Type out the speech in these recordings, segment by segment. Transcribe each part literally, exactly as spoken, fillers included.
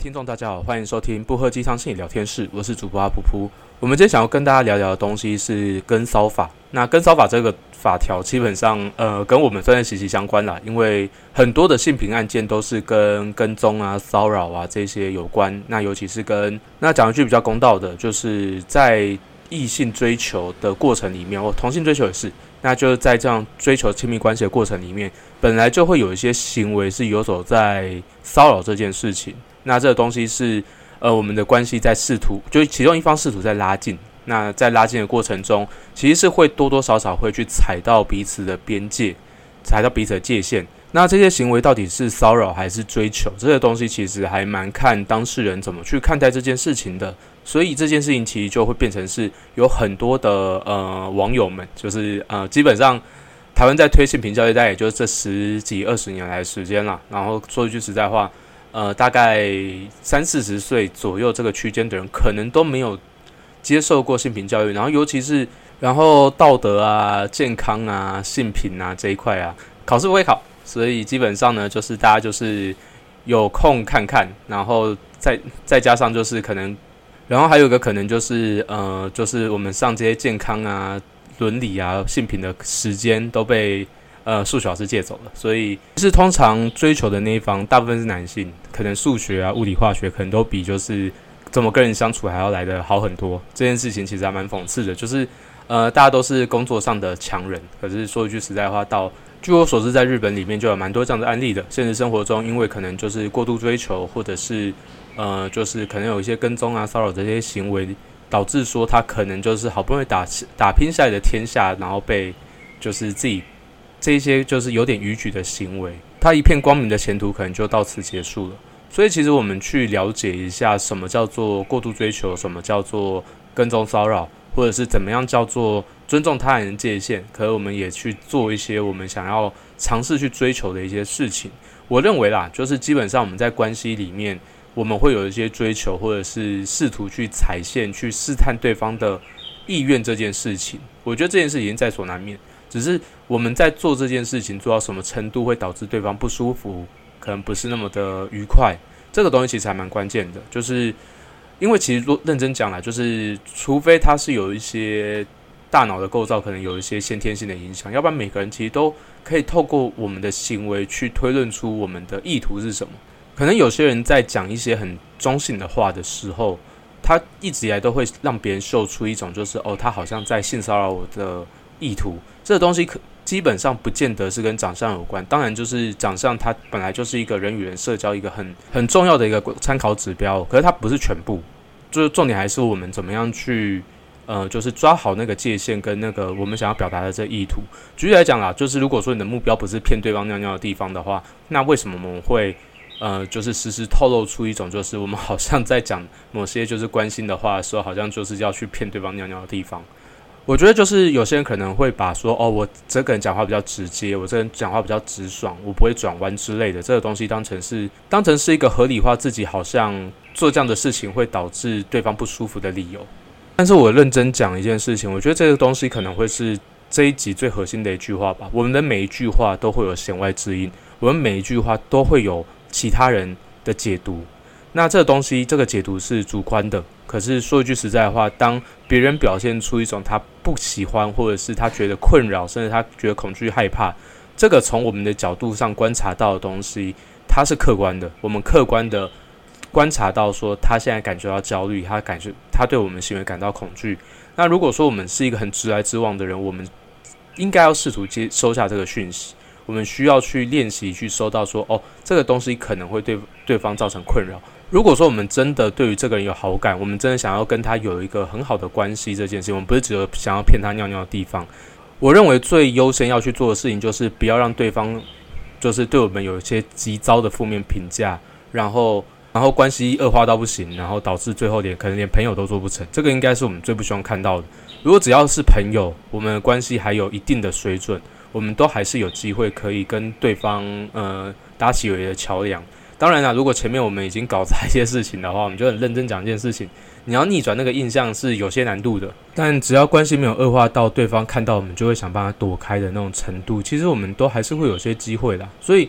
听众大家好，欢迎收听不喝鸡汤心理聊天室，我是主播阿噗噗。我们今天想要跟大家聊聊的东西是跟骚法。那跟骚法这个法条基本上呃跟我们真的息息相关啦，因为很多的性平案件都是跟跟踪啊、骚扰啊这些有关。那尤其是跟那讲一句比较公道的，就是在异性追求的过程里面，或同性追求也是，那就是在这样追求亲密关系的过程里面，本来就会有一些行为是游走在骚扰这件事情。那这个东西是呃我们的关系在试图，就是其中一方试图在拉近。那在拉近的过程中，其实是会多多少少会去踩到彼此的边界，踩到彼此的界限。那这些行为到底是骚扰还是追求？这些东西其实还蛮看当事人怎么去看待这件事情的。所以这件事情其实就会变成是有很多的呃网友们，就是呃基本上台湾在推性平教育，大概也就是这十几二十年来的时间啦。然后说一句实在话，呃大概三四十岁左右这个区间的人，可能都没有接受过性平教育，然后尤其是然后道德啊、健康啊、性平啊这一块啊，考试不会考，所以基本上呢，就是大家就是有空看看，然后再再加上就是可能。然后还有一个可能就是呃，就是我们上这些健康啊、伦理啊、性平的时间都被呃数学老师借走了，所以是通常追求的那一方大部分是男性，可能数学啊、物理、化学可能都比就是怎么跟人相处还要来得好很多。这件事情其实还蛮讽刺的，就是呃大家都是工作上的强人，可是说一句实在话，到据我所知，在日本里面就有蛮多这样的案例的。现实生活中，因为可能就是过度追求，或者是呃，就是可能有一些跟踪啊、骚扰这些行为，导致说他可能就是好不容易打打拼下来的天下，然后被就是自己这一些就是有点逾矩的行为，他一片光明的前途可能就到此结束了。所以其实我们去了解一下什么叫做过度追求，什么叫做跟踪骚扰，或者是怎么样叫做尊重他人的界限，可是我们也去做一些我们想要尝试去追求的一些事情。我认为啦，就是基本上我们在关系里面，我们会有一些追求，或者是试图去踩线，去试探对方的意愿这件事情。我觉得这件事已经在所难免，只是我们在做这件事情做到什么程度会导致对方不舒服，可能不是那么的愉快。这个东西其实还蛮关键的，就是因为其实认真讲啦，就是除非他是有一些大脑的构造可能有一些先天性的影响，要不然每个人其实都可以透过我们的行为去推论出我们的意图是什么。可能有些人在讲一些很中性的话的时候，他一直以来都会让别人嗅出一种就是哦，他好像在性骚扰我的意图。这个东西可基本上不见得是跟长相有关，当然就是长相它本来就是一个人与人社交一个很很重要的一个参考指标，可是它不是全部，就是重点还是我们怎么样去呃，就是抓好那个界限跟那个我们想要表达的这意图。举例来讲啦，就是如果说你的目标不是骗对方尿尿的地方的话，那为什么我们会呃，就是时时透露出一种就是我们好像在讲某些就是关心的话的时候，好像就是要去骗对方尿尿的地方。我觉得就是有些人可能会把说哦，我这个人讲话比较直接，我这个人讲话比较直爽，我不会转弯之类的，这个东西当成是当成是一个合理化自己好像做这样的事情会导致对方不舒服的理由。但是我认真讲一件事情，我觉得这个东西可能会是这一集最核心的一句话吧。我们的每一句话都会有弦外之音，我们每一句话都会有其他人的解读。那这个东西，这个解读是主观的。可是说一句实在的话，当别人表现出一种他不喜欢，或者是他觉得困扰，甚至他觉得恐惧、害怕，这个从我们的角度上观察到的东西，它是客观的。我们客观的观察到说，他现在感觉到焦虑，他感觉他对我们行为感到恐惧。那如果说我们是一个很直来直往的人，我们应该要试图接收下这个讯息。我们需要去练习去收到说，哦，这个东西可能会对对方造成困扰。如果说我们真的对于这个人有好感，我们真的想要跟他有一个很好的关系，这件事情我们不是只有想要骗他尿尿的地方。我认为最优先要去做的事情就是不要让对方就是对我们有一些极糟的负面评价，然后然后关系恶化到不行，然后导致最后连可能连朋友都做不成。这个应该是我们最不希望看到的。如果只要是朋友，我们的关系还有一定的水准，我们都还是有机会可以跟对方呃搭起友谊的桥梁。当然啦，如果前面我们已经搞砸一些事情的话，我们就很认真讲一件事情，你要逆转那个印象是有些难度的。但只要关系没有恶化到对方看到我们就会想办法躲开的那种程度，其实我们都还是会有些机会的。所以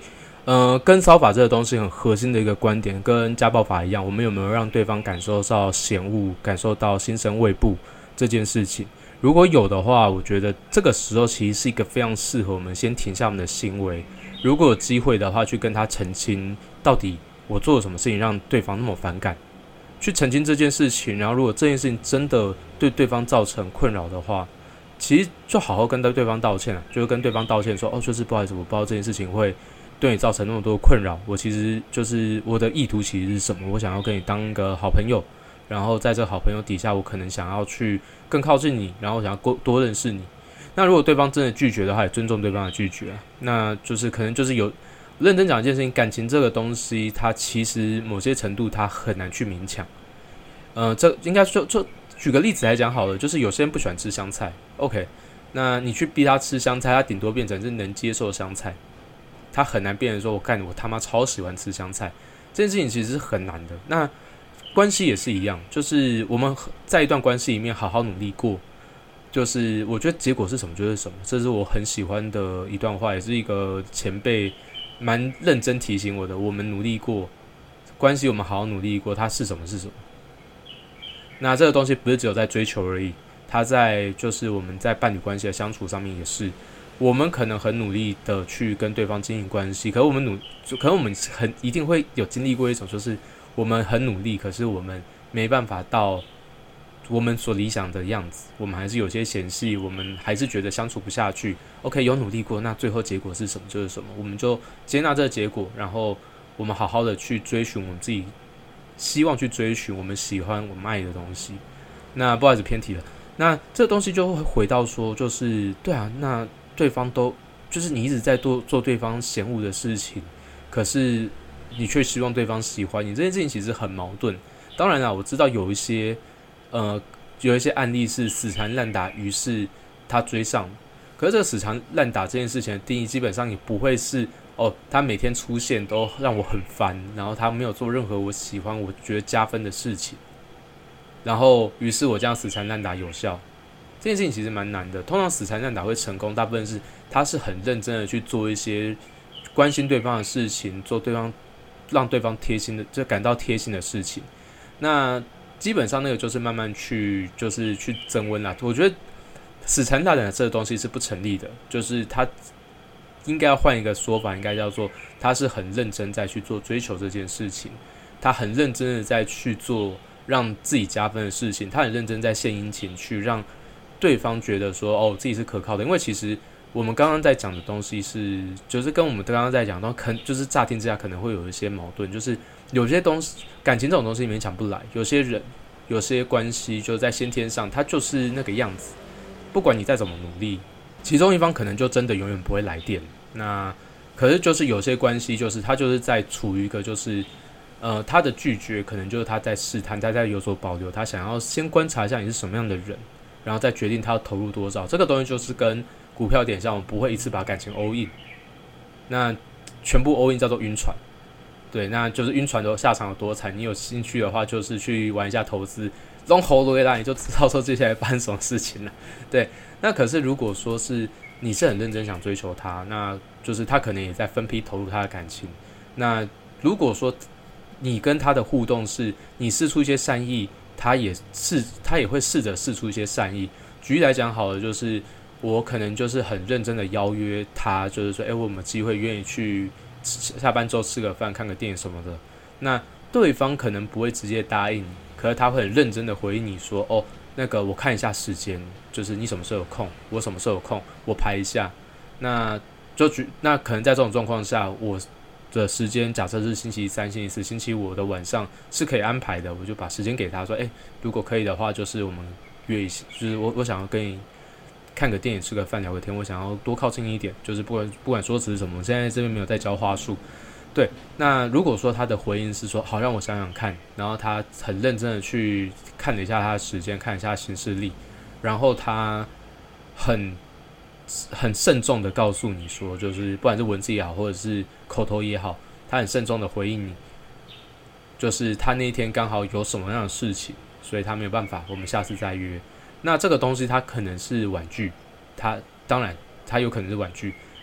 呃，跟骚法这个东西很核心的一个观点，跟家暴法一样，我们有没有让对方感受到嫌恶，感受到心生畏怖这件事情？如果有的话，我觉得这个时候其实是一个非常适合我们先停下我们的行为，如果有机会的话，去跟他澄清，到底我做了什么事情让对方那么反感，去澄清这件事情。然后，如果这件事情真的对对方造成困扰的话，其实就好好跟对方道歉，就是跟对方道歉说，哦，就是不好意思，我不知道这件事情会对你造成那么多困扰，我其实就是我的意图其实是什么，我想要跟你当一个好朋友，然后在这个好朋友底下，我可能想要去更靠近你，然后想要多认识你。那如果对方真的拒绝的话，也尊重对方的拒绝啊，那就是可能就是有认真讲一件事情，感情这个东西，它其实某些程度它很难去勉强。呃，这应该就就举个例子来讲好了，就是有些人不喜欢吃香菜 ，OK， 那你去逼他吃香菜，他顶多变成是能接受香菜。他很难变成说，我干，我他妈超喜欢吃香菜，这件事情其实是很难的。那关系也是一样，就是我们在一段关系里面好好努力过，就是我觉得结果是什么就是什么，这是我很喜欢的一段话，也是一个前辈蛮认真提醒我的。我们努力过，关系我们好好努力过，它是什么是什么。那这个东西不是只有在追求而已，它在就是我们在伴侣关系的相处上面也是。我们可能很努力的去跟对方经营关系，可是我们努，可能我们很一定会有经历过一种，就是我们很努力，可是我们没办法到我们所理想的样子，我们还是有些嫌隙，我们还是觉得相处不下去。OK， 有努力过，那最后结果是什么就是什么，我们就接纳这个结果，然后我们好好的去追寻我们自己希望去追寻我们喜欢我们爱的东西。那不好意思偏题了，那这个东西就会回到说，就是对啊，那对方都就是你一直在做做对方嫌恶的事情，可是你却希望对方喜欢你，这件事情其实很矛盾。当然啦，我知道有一些呃有一些案例是死缠烂打，于是他追上，可是这个死缠烂打这件事情的定义，基本上也不会是哦，他每天出现都让我很烦，然后他没有做任何我喜欢我觉得加分的事情，然后于是我这样死缠烂打有效。这件事情其实蛮难的，通常死缠烂打会成功，大部分是他是很认真的去做一些关心对方的事情，做对方让对方贴心的，就感到贴心的事情。那基本上那个就是慢慢去，就是去增温啦。我觉得死缠烂打这个东西是不成立的，就是他应该要换一个说法，应该叫做他是很认真在去做追求这件事情，他很认真的在去做让自己加分的事情，他很认真在献殷勤去让对方觉得说哦自己是可靠的。因为其实我们刚刚在讲的东西是就是跟我们刚刚在讲的可就是乍听之下可能会有一些矛盾，就是有些东西感情这种东西勉强不来，有些人有些关系就在先天上它就是那个样子，不管你再怎么努力，其中一方可能就真的永远不会来电。那可是就是有些关系就是他就是在处于一个就是呃他的拒绝可能就是他在试探，他在有所保留，他想要先观察一下你是什么样的人，然后再决定他要投入多少。这个东西就是跟股票点像，我们不会一次把感情 all in， 那全部 all in 叫做晕船。对，那就是晕船的下场有多惨。你有兴趣的话，就是去玩一下投资，弄喉咙啦，你就知道说接下来发生什么事情了。对，那可是如果说是你是很认真想追求他，那就是他可能也在分批投入他的感情。那如果说你跟他的互动是你释出一些善意，他也是他也会试着释出一些善意。举例来讲好了，就是我可能就是很认真的邀约他，就是说，哎，我有没有机会愿意去下班之后吃个饭、看个电影什么的？那对方可能不会直接答应，可是他会很认真的回应你说，哦，那个我看一下时间，就是你什么时候有空，我什么时候有空，我排一下。那就那可能在这种状况下，我的时间假设是星期三、星期四、星期五的晚上是可以安排的，我就把时间给他说，哎，如果可以的话，就是我们约一下，就是我我想要跟你看个电影、吃个饭、聊个天，我想要多靠近一点，就是不管不管说辞是什么，我现在这边没有在教话术。对，那如果说他的回应是说好，让我想想看，然后他很认真的去看了一下他的时间，看一下行事历，然后他很很慎重的告诉你说，就是不管是文字也好，或者是口头也好，他很慎重的回应你，就是他那一天刚好有什么样的事情，所以他没有办法，我们下次再约。那这个东西它可能是婉拒，它当然它有可能是婉拒，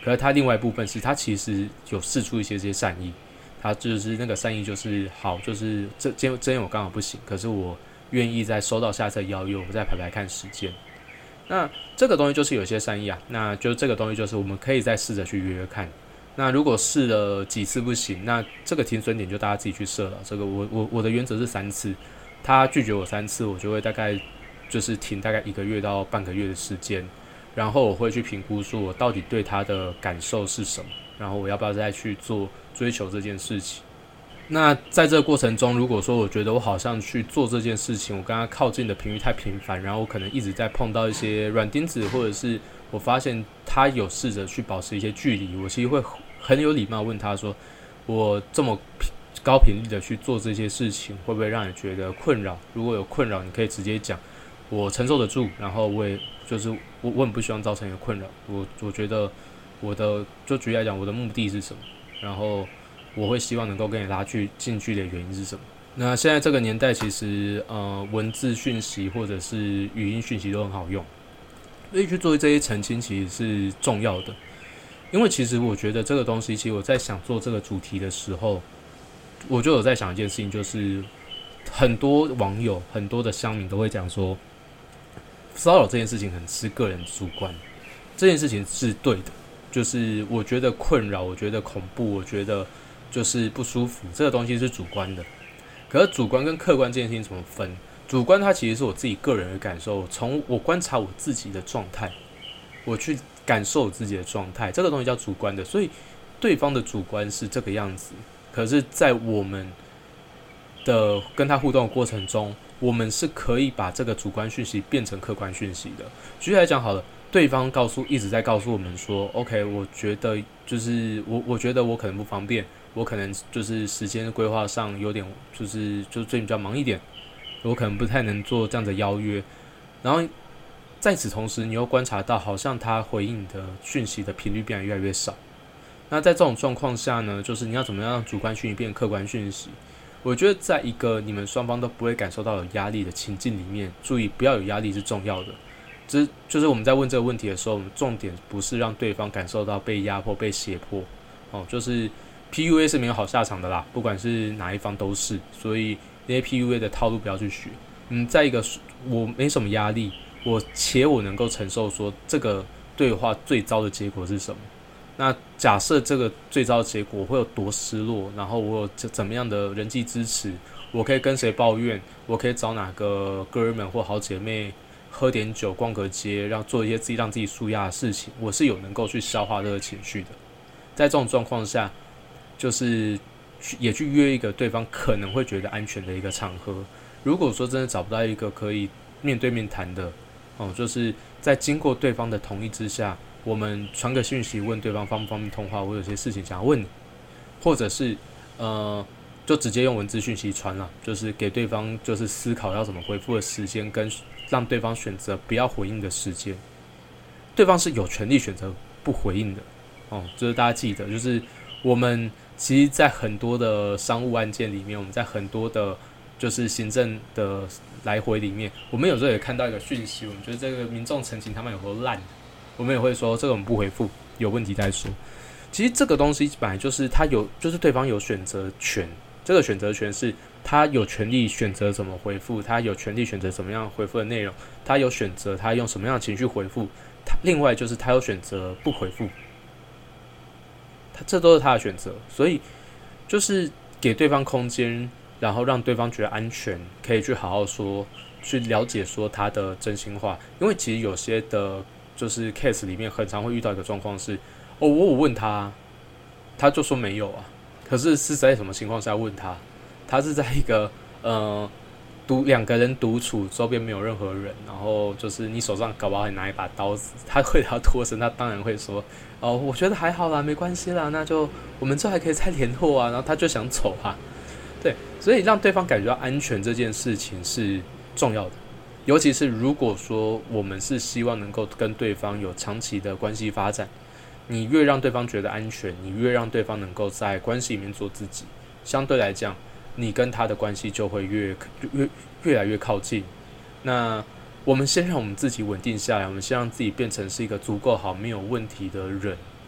可是他另外一部分是他其实有释出一些这些善意，他就是那个善意就是好，就是这今今天我刚好不行，可是我愿意在收到下次的邀约，我再排排看时间。那这个东西就是有些善意啊，那就这个东西就是我们可以再试着去约约看。那如果试了几次不行，那这个停损点就大家自己去设了。这个我我我的原则是三次，他拒绝我三次，我就会大概就是停大概一个月到半个月的时间，然后我会去评估说我到底对他的感受是什么，然后我要不要再去做追求这件事情。那在这个过程中，如果说我觉得我好像去做这件事情，我跟他靠近的频率太频繁，然后我可能一直在碰到一些软钉子，或者是我发现他有试着去保持一些距离，我其实会很有礼貌问他说，我这么高频率的去做这些事情，会不会让你觉得困扰？如果有困扰，你可以直接讲，我承受得住，然后我也就是我我很不希望造成你的困扰。我我觉得我的就举例来讲，我的目的是什么？然后我会希望能够跟你拉距近距离的原因是什么？那现在这个年代，其实呃文字讯息或者是语音讯息都很好用，所以去做这些澄清其实是重要的。因为其实我觉得这个东西，其实我在想做这个主题的时候，我就有在想一件事情，就是很多网友、很多的乡民都会讲说，骚扰这件事情很是个人主观，这件事情是对的。就是我觉得困扰，我觉得恐怖，我觉得就是不舒服，这个东西是主观的。可是主观跟客观这件事情怎么分？主观它其实是我自己个人的感受，从我观察我自己的状态，我去感受我自己的状态，这个东西叫主观的。所以对方的主观是这个样子，可是在我们的跟他互动的过程中，我们是可以把这个主观讯息变成客观讯息的。举例来讲好了，对方告诉一直在告诉我们说 OK 我觉得就是我我觉得我可能不方便，我可能就是时间规划上有点就是就最近比较忙一点，我可能不太能做这样的邀约。然后在此同时，你又观察到好像他回应的讯息的频率变得越来越少。那在这种状况下呢，就是你要怎么样让主观讯息变客观讯息？我觉得在一个你们双方都不会感受到有压力的情境里面，注意不要有压力是重要的。这就是我们在问这个问题的时候，我们重点不是让对方感受到被压迫、被胁迫，哦，就是 P U A 是没有好下场的啦，不管是哪一方都是。所以那些 P U A 的套路不要去学。嗯，再一个，我没什么压力，我且我能够承受说这个对话最糟的结果是什么。那假设这个最糟的结果我会有多失落，然后我有怎么样的人际支持，我可以跟谁抱怨，我可以找哪个哥们或好姐妹喝点酒逛个街，让做一些自己让自己抒压的事情，我是有能够去消化这个情绪的。在这种状况下，就是也去约一个对方可能会觉得安全的一个场合。如果说真的找不到一个可以面对面谈的，哦，就是在经过对方的同意之下，我们传个讯息问对方方不方便通话，我有些事情想要问你，或者是呃，就直接用文字讯息传了，就是给对方就是思考要怎么回复的时间，跟让对方选择不要回应的时间。对方是有权利选择不回应的，哦，就是大家记得，就是我们其实，在很多的商务案件里面，我们在很多的就是行政的来回里面，我们有时候也看到一个讯息，我们觉得这个民众陈情他们有多烂，我们也会说这个我们不回复，有问题再说。其实这个东西本来就是他有，就是对方有选择权，这个选择权是他有权利选择怎么回复，他有权利选择怎么样回复的内容，他有选择他用什么样的情绪回复，他另外就是他有选择不回复，他这都是他的选择。所以就是给对方空间，然后让对方觉得安全，可以去好好说，去了解说他的真心话。因为其实有些的就是 case 里面很常会遇到一个状况是，哦，我有问他，他就说没有啊，可是是在什么情况下问他？他是在一个呃独两个人独处，周边没有任何人，然后就是你手上搞不好还拿一把刀子，他会他脱身，他当然会说，哦，我觉得还好啦，没关系啦，那就我们这还可以再联络啊，然后他就想走啊，对，所以让对方感觉到安全这件事情是重要的。尤其是如果说我们是希望能够跟对方有长期的关系发展，你越让对方觉得安全，你越让对方能够在关系里面做自己，相对来讲，你跟他的关系就会越越越来越靠近。那我们先让我们自己稳定下来，我们先让自己变成是一个足够好、没有问题的人，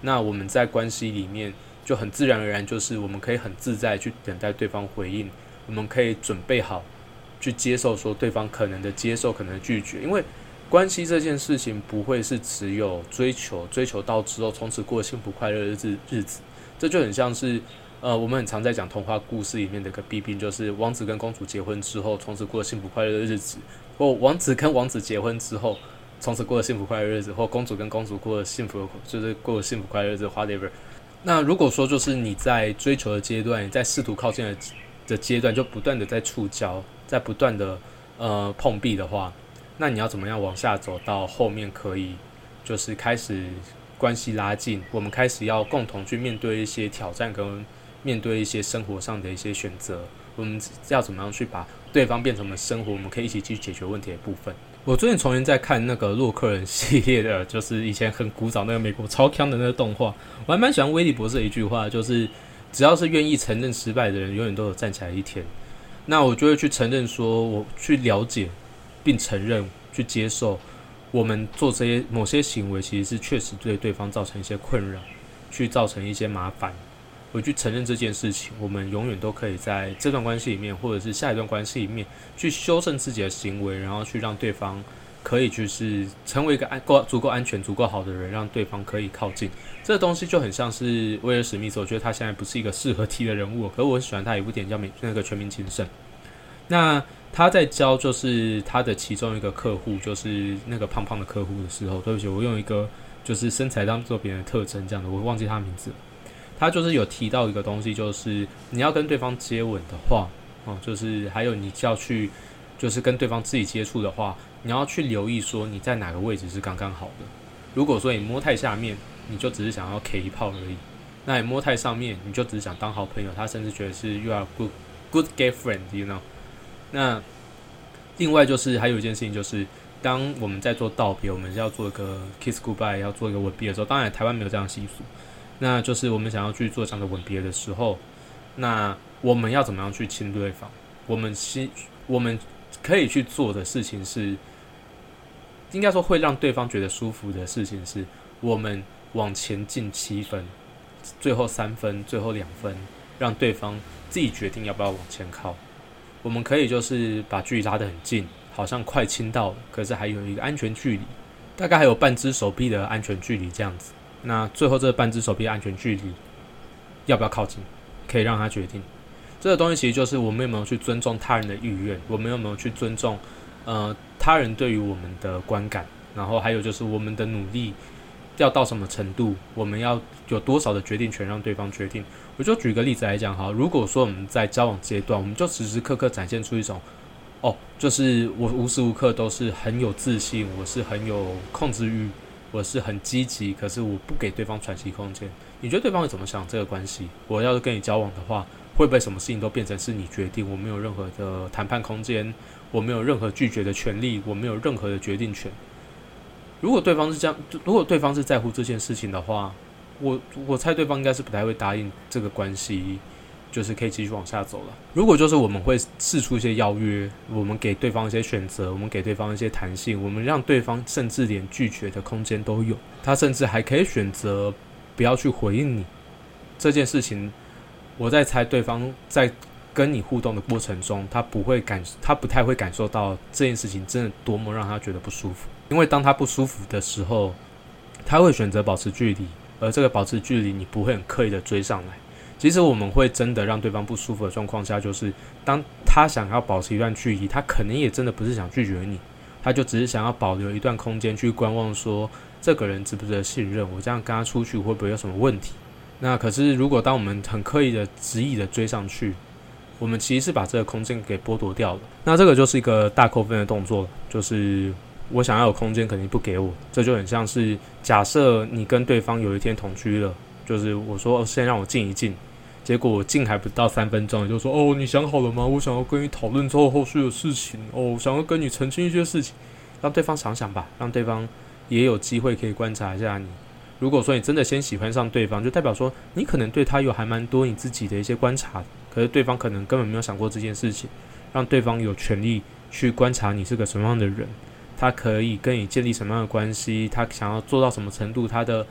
那我们在关系里面就很自然而然，就是我们可以很自在去等待对方回应，我们可以准备好去接受说对方可能的接受，可能的拒绝。因为关系这件事情不会是只有追求，追求到之后从此过幸福快乐的日日子，这就很像是呃，我们很常在讲童话故事里面的一个弊病，就是王子跟公主结婚之后，从此过幸福快乐的日子，或王子跟王子结婚之后，从此过了幸福快乐的日子，或公主跟公主过了幸福，就是过了幸福快乐的日子 ，whatever。那如果说就是你在追求的阶段，你在试图靠近的的阶段，就不断的在触礁，在不断的呃碰壁的话，那你要怎么样往下走到后面可以就是开始关系拉近，我们开始要共同去面对一些挑战跟面对一些生活上的一些选择，我们要怎么样去把对方变成我们生活我们可以一起去解决问题的部分。我最近重新在看那个洛克人系列的，就是以前很古早那个美国超强的那个动画，我还蛮喜欢威利博士的一句话，就是只要是愿意承认失败的人，永远都有站起来一天。那我就会去承认说，我去了解并承认去接受我们做这些某些行为其实是确实对对方造成一些困扰，去造成一些麻烦，我去承认这件事情，我们永远都可以在这段关系里面，或者是下一段关系里面，去修正自己的行为，然后去让对方可以就是成为一个安够足够安全、足够好的人，让对方可以靠近。这个东西就很像是威尔史密斯，我觉得他现在不是一个适合踢的人物，可是我很喜欢他一部电影叫《那个全民情圣》。那他在教就是他的其中一个客户，就是那个胖胖的客户的时候，对不起，我用一个就是身材当做别人的特征这样的，我忘记他的名字了。他就是有提到一个东西，就是你要跟对方接吻的话，哦，就是还有你要去，就是跟对方自己接触的话，你要去留意说你在哪个位置是刚刚好的。如果说你摸太下面，你就只是想要 K 一炮而已；那你摸太上面，你就只是想当好朋友。他甚至觉得是 you are good good gay friend，you know。那另外就是还有一件事情，就是当我们在做道别，我们要做一个 kiss goodbye， 要做一个吻别的时候，当然台湾没有这样的习俗。那就是我们想要去做这样的吻别的时候，那我们要怎么样去亲对方？我们我们可以去做的事情是，应该说会让对方觉得舒服的事情是，我们往前进七分，最后三分，最后两分，让对方自己决定要不要往前靠。我们可以就是把距离拉得很近，好像快亲到了，可是还有一个安全距离，大概还有半只手臂的安全距离这样子。那最后这半只手臂的安全距离要不要靠近，可以让他决定。这个东西其实就是我们有没有去尊重他人的意愿，我们有没有去尊重呃他人对于我们的观感，然后还有就是我们的努力要到什么程度，我们要有多少的决定权让对方决定。我就举个例子来讲，好，如果说我们在交往阶段，我们就时时刻刻展现出一种哦，就是我无时无刻都是很有自信，我是很有控制欲，我是很积极，可是我不给对方喘息空间。你觉得对方会怎么想这个关系？我要是跟你交往的话，会不会什么事情都变成是你决定？我没有任何的谈判空间，我没有任何拒绝的权利，我没有任何的决定权。如果对方是这样，如果对方是在乎这件事情的话，我我猜对方应该是不太会答应这个关系，就是可以继续往下走了。如果就是我们会释出一些邀约，我们给对方一些选择，我们给对方一些弹性，我们让对方甚至连拒绝的空间都有，他甚至还可以选择不要去回应你这件事情。我在猜对方在跟你互动的过程中，他不会感，他不太会感受到这件事情真的多么让他觉得不舒服。因为当他不舒服的时候，他会选择保持距离，而这个保持距离，你不会很刻意的追上来。其实我们会真的让对方不舒服的状况下，就是当他想要保持一段距离，他可能也真的不是想拒绝你，他就只是想要保留一段空间去观望说，这个人值不值得信任，我这样跟他出去会不会有什么问题。那可是如果当我们很刻意的执意的追上去，我们其实是把这个空间给剥夺掉了。那这个就是一个大扣分的动作，就是我想要有空间肯定不给我。这就很像是假设你跟对方有一天同居了，就是我说、哦、先让我静一静，结果我静还不到三分钟，你就说哦你想好了吗？我想要跟你讨论之后后续的事情，哦想要跟你澄清一些事情，让对方想想吧，让对方也有机会可以观察一下你。如果说你真的先喜欢上对方，就代表说你可能对他有还蛮多你自己的一些观察，可是对方可能根本没有想过这件事情，让对方有权利去观察你是个什么样的人，他可以跟你建立什么样的关系，他想要做到什么程度，他的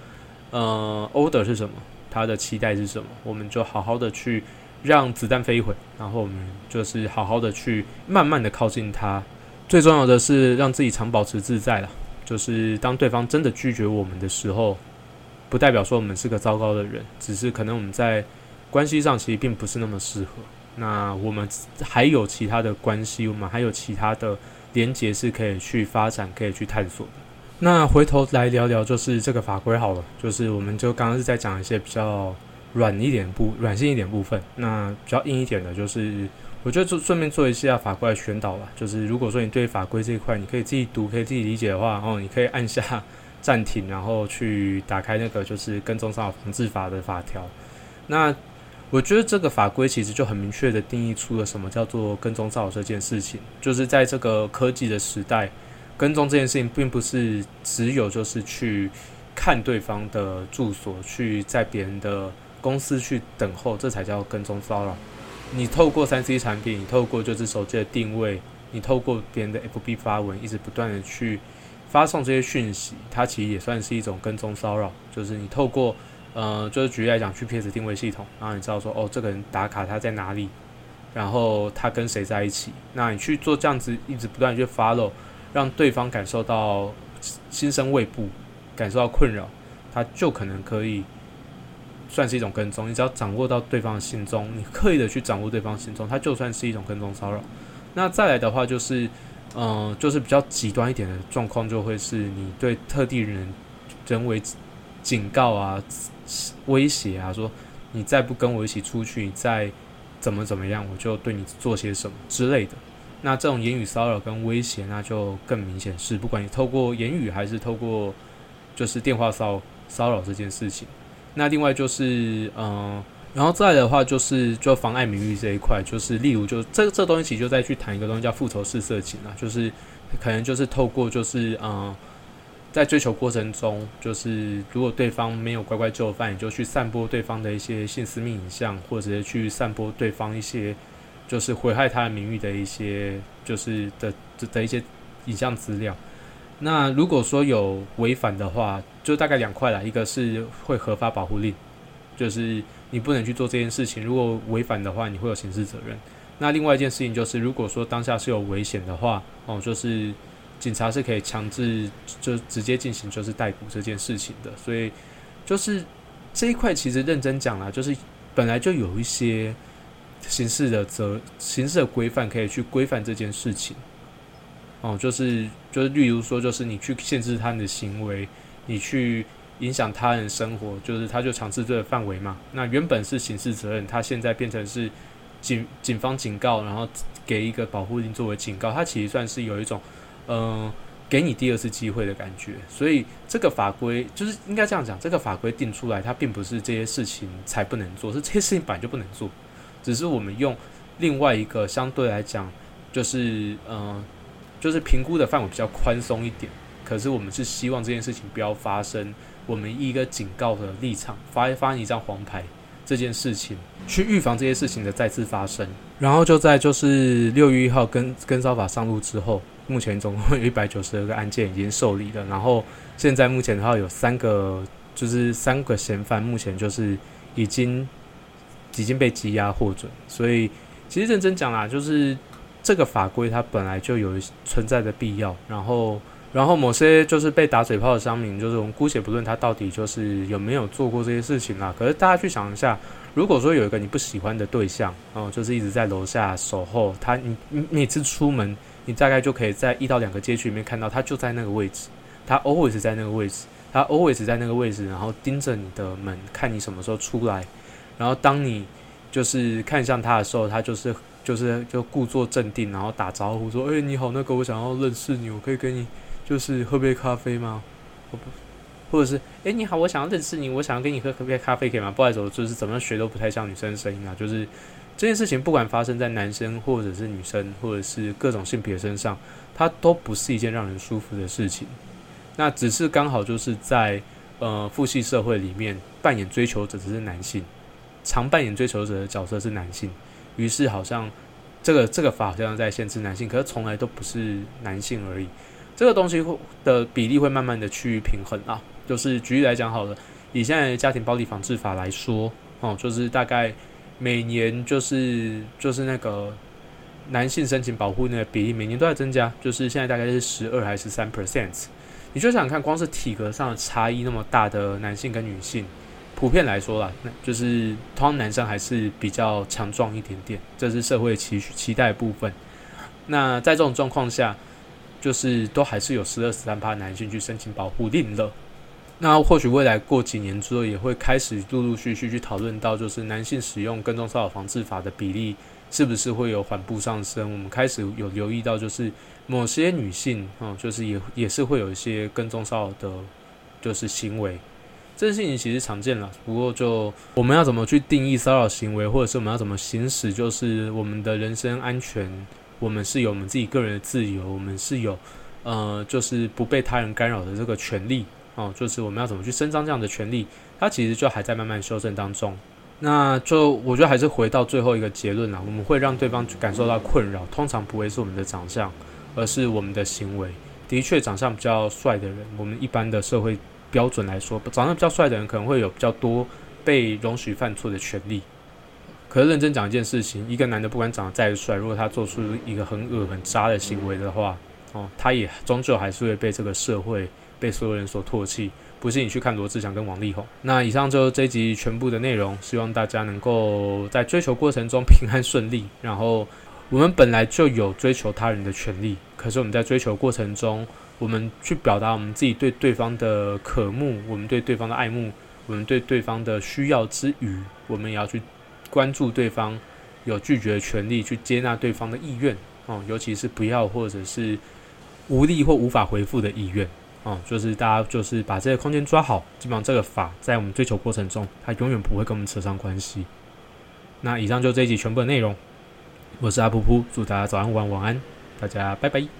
呃 order 是什么，他的期待是什么，我们就好好的去让子弹飞一回，然后我们就是好好的去慢慢的靠近他。最重要的是让自己常保持自在啦，就是当对方真的拒绝我们的时候，不代表说我们是个糟糕的人，只是可能我们在关系上其实并不是那么适合。那我们还有其他的关系，我们还有其他的连结是可以去发展，可以去探索的。那回头来聊聊就是这个法规好了，就是我们就刚刚是在讲一些比较软一点部软性一点部分，那比较硬一点的就是我觉得顺便做一下法规的宣导啦，就是如果说你对法规这一块你可以自己读可以自己理解的话，哦，你可以按下暂停，然后去打开那个就是跟踪骚扰防治法的法条。那我觉得这个法规其实就很明确的定义出了什么叫做跟踪骚扰这件事情，就是在这个科技的时代，跟踪这件事情并不是只有就是去看对方的住所，去在别人的公司去等候，这才叫跟踪骚扰。你透过 三 C 产品，你透过就是手机的定位，你透过别人的 F B 发文，一直不断的去发送这些讯息，它其实也算是一种跟踪骚扰。就是你透过呃，就是举例来讲 G P S 定位系统，然后你知道说哦，这个人打卡他在哪里，然后他跟谁在一起，那你去做这样子一直不断去 follow， 让对方感受到心生畏怖，感受到困扰，他就可能可以算是一种跟踪。你只要掌握到对方的行踪，你刻意的去掌握对方的行踪，它就算是一种跟踪骚扰。那再来的话就是，呃，就是比较极端一点的状况，就会是你对特定人人为警告啊、威胁啊，说你再不跟我一起出去，你再怎么怎么样，我就对你做些什么之类的。那这种言语骚扰跟威胁，那就更明显是，不管你透过言语还是透过就是电话骚骚扰这件事情。那另外就是，呃，然后再来的话就是就妨碍名誉这一块，就是例如就这这东西其实就再去谈一个东西叫复仇式色情啦，就是可能就是透过就是呃。在追求过程中，就是如果对方没有乖乖就范，你就去散播对方的一些性私密影像，或者是去散播对方一些就是毁害他的名誉的一些就是的的一些影像资料。那如果说有违反的话，就大概两块啦，一个是会核发保护令，就是你不能去做这件事情，如果违反的话，你会有刑事责任。那另外一件事情就是，如果说当下是有危险的话，哦，就是警察是可以强制就直接进行就是逮捕这件事情的。所以就是这一块其实认真讲啦，就是本来就有一些刑事的责刑事的规范可以去规范这件事情。哦，就是就是例如说，就是你去限制他人的行为，你去影响他人生活，就是他就强制罪的范围嘛。那原本是刑事责任，他现在变成是警警方警告，然后给一个保护令作为警告，它其实算是有一种呃给你第二次机会的感觉。所以这个法规就是应该这样讲，这个法规定出来，它并不是这些事情才不能做，是这些事情本来就不能做，只是我们用另外一个相对来讲就是呃。就是评估的范围比较宽松一点，可是我们是希望这件事情不要发生，我们以一个警告的立场发发一张黄牌这件事情，去预防这些事情的再次发生。然后就在就是六月一号跟跟骚法上路之后，目前总共有一百九十二个案件已经受理了，然后现在目前的话有三个就是三个嫌犯目前就是已经已经被羁押获准。所以其实认真讲啦，就是这个法规它本来就有存在的必要，然后然后某些就是被打嘴炮的乡民，就是我们姑且不论他到底就是有没有做过这些事情啦，可是大家去想一下，如果说有一个你不喜欢的对象，哦，就是一直在楼下守候他，你你每次出门，你大概就可以在一到两个街区里面看到他就在那个位置，他 always 在那个位置，他 always 在那个位置，然后盯着你的门，看你什么时候出来，然后当你就是看向他的时候，他就是就是就故作镇定，然后打招呼说：“哎、欸，你好，那个我想要认识你，我可以跟你就是喝杯咖啡吗？”或者是“哎、欸，你好，我想要认识你，我想要跟你喝杯咖啡，可以吗？”不好意思，我就是怎么学都不太像女生的声音啊。就是这件事情，不管发生在男生或者是女生，或者是各种性别身上，它都不是一件让人舒服的事情。那只是刚好就是在呃父系社会里面，扮演追求者只是男性，常扮演追求者的角色是男性。于是好像这个这个法好像在限制男性，可是从来都不是男性而已。这个东西的比例会慢慢的趋于平衡啊。就是举例来讲好了， 以现在的家庭暴力防治法来说，哦，就是大概每年就是就是那个男性申请保护那个比例每年都在增加，就是现在大概是十二还是十三 percent。你就想想看，光是体格上的差异那么大的男性跟女性，普遍来说啦，就是通常男生还是比较强壮一点点，这是社会期期待的部分。那在这种状况下，就是都还是有十二、十三%男性去申请保护令了。那或许未来过几年之后，也会开始陆陆续续去讨论到，就是男性使用跟踪骚扰防治法的比例是不是会有缓步上升？我们开始有留意到，就是某些女性，哦，就是也也是会有一些跟踪骚扰的，就是行为。这件事情其实常见了，不过就我们要怎么去定义骚扰行为，或者是我们要怎么行使，就是我们的人身安全，我们是有我们自己个人的自由，我们是有呃，就是不被他人干扰的这个权利。哦，就是我们要怎么去伸张这样的权利，它其实就还在慢慢修正当中。那就我觉得还是回到最后一个结论啦，我们会让对方感受到困扰，通常不会是我们的长相，而是我们的行为。的确，长相比较帅的人，我们一般的社会标准来说，长相比较帅的人可能会有比较多被容许犯错的权利。可是认真讲一件事情，一个男的不管长得再帅，如果他做出一个很恶很渣的行为的话，哦，他也终究还是会被这个社会、被所有人所唾弃。不信你去看罗志祥跟王力宏。那以上就是这一集全部的内容，希望大家能够在追求过程中平安顺利。然后我们本来就有追求他人的权利，可是我们在追求过程中，我们去表达我们自己对对方的渴慕，我们对对方的爱慕，我们对对方的需要之余，我们也要去关注对方有拒绝的权利，去接纳对方的意愿，哦，尤其是不要或者是无力或无法回复的意愿。哦，就是大家就是把这个空间抓好，基本上这个法在我们追求过程中，它永远不会跟我们扯上关系。那以上就这一集全部的内容，我是阿噗噗，祝大家早安、午安、晚安，大家拜拜。